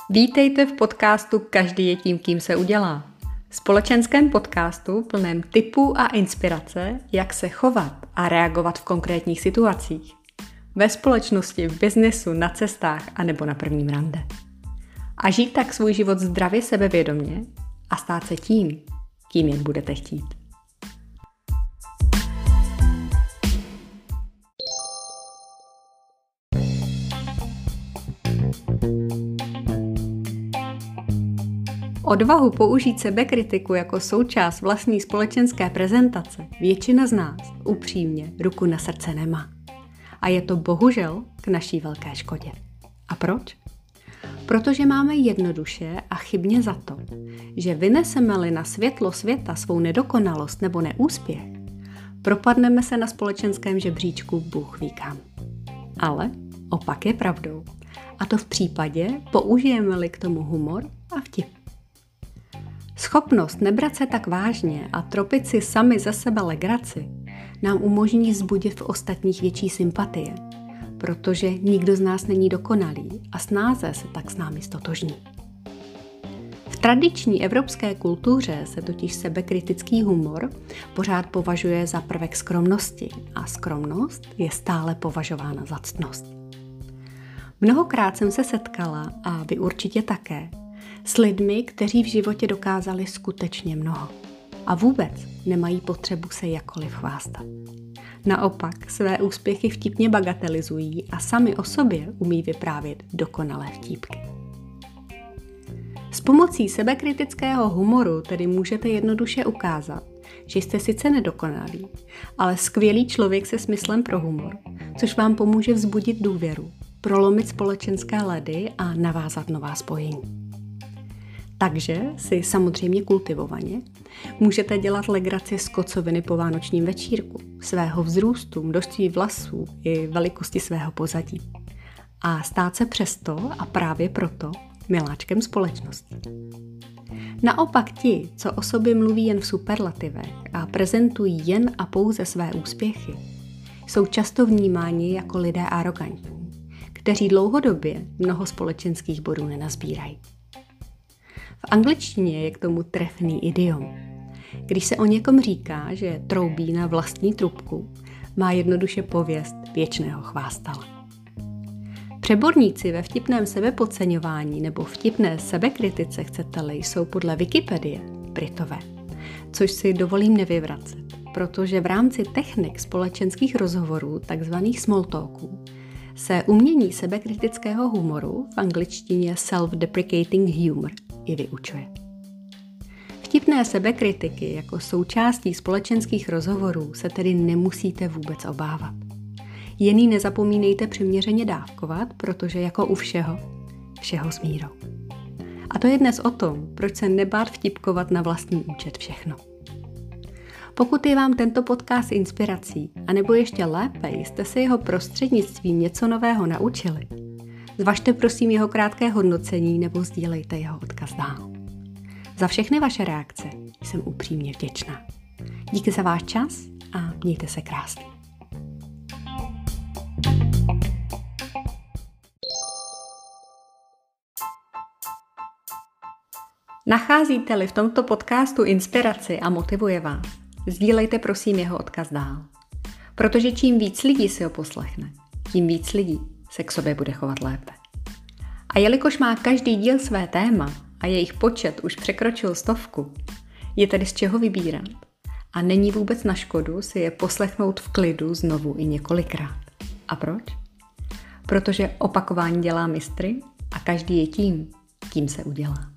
Vítejte v podcastu Každý je tím, kým se udělá. Společenském podcastu plném tipů a inspirace, jak se chovat a reagovat v konkrétních situacích. Ve společnosti, v biznesu, na cestách a nebo na prvním rande. A žít tak svůj život zdravě sebevědomě a stát se tím, kým jen budete chtít. Odvahu použít sebekritiku jako součást vlastní společenské prezentace většina z nás upřímně ruku na srdce nemá. A je to bohužel k naší velké škodě. A proč? Protože máme jednoduše a chybně za to, že vyneseme-li na světlo světa svou nedokonalost nebo neúspěch, propadneme se na společenském žebříčku Bůh ví kam. Ale opak je pravdou. A to v případě, použijeme-li k tomu humor a vtip. Schopnost nebrat se tak vážně a tropit si sami za sebe legraci nám umožní vzbudit v ostatních větší sympatie, protože nikdo z nás není dokonalý a snáze se tak s námi stotožní. V tradiční evropské kultuře se totiž sebekritický humor pořád považuje za prvek skromnosti a skromnost je stále považována za ctnost. Mnohokrát jsem se setkala, a vy určitě také, s lidmi, kteří v životě dokázali skutečně mnoho a vůbec nemají potřebu se jakkoliv chvástat. Naopak své úspěchy vtipně bagatelizují a sami o sobě umí vyprávět dokonalé vtípky. S pomocí sebekritického humoru tedy můžete jednoduše ukázat, že jste sice nedokonalí, ale skvělý člověk se smyslem pro humor, což vám pomůže vzbudit důvěru, prolomit společenské ledy a navázat nová spojení. Takže si samozřejmě kultivovaně můžete dělat legraci z kocoviny po vánočním večírku, svého vzrůstu, množství vlasů i velikosti svého pozadí. A stát se přesto a právě proto miláčkem společnosti. Naopak ti, co o sobě mluví jen v superlativech a prezentují jen a pouze své úspěchy, jsou často vnímáni jako lidé arrogantní, kteří dlouhodobě mnoho společenských bodů nenazbírají. V angličtině je k tomu trefný idiom. Když se o někom říká, že troubí na vlastní trubku, má jednoduše pověst věčného chvástala. Přeborníci ve vtipném sebepodceňování nebo vtipné sebekritice, chcete-li, jsou podle Wikipedie Britové, což si dovolím nevyvracet, protože v rámci technik společenských rozhovorů, takzvaných small talků, se umění sebekritického humoru, v angličtině self-deprecating humor, i vyučuje. Vtipné sebekritiky jako součástí společenských rozhovorů se tedy nemusíte vůbec obávat. Jen ji nezapomínejte přiměřeně dávkovat, protože jako u všeho s mírou. A to je dnes o tom, proč se nebát vtipkovat na vlastní účet všechno. Pokud je vám tento podcast inspirací, anebo ještě lépe jste se jeho prostřednictvím něco nového naučili, zvažte prosím jeho krátké hodnocení nebo sdílejte jeho odkaz dál. Za všechny vaše reakce jsem upřímně vděčná. Díky za váš čas a mějte se krásně. Nacházíte-li v tomto podcastu inspiraci a motivuje vás, sdílejte prosím jeho odkaz dál. Protože čím víc lidí si ho poslechne, tím víc lidí se k sobě bude chovat lépe. A jelikož má každý díl své téma a jejich počet už překročil 100, je tedy z čeho vybírat. A není vůbec na škodu si je poslechnout v klidu znovu i několikrát. A proč? Protože opakování dělá mistry a každý je tím, kým se udělá.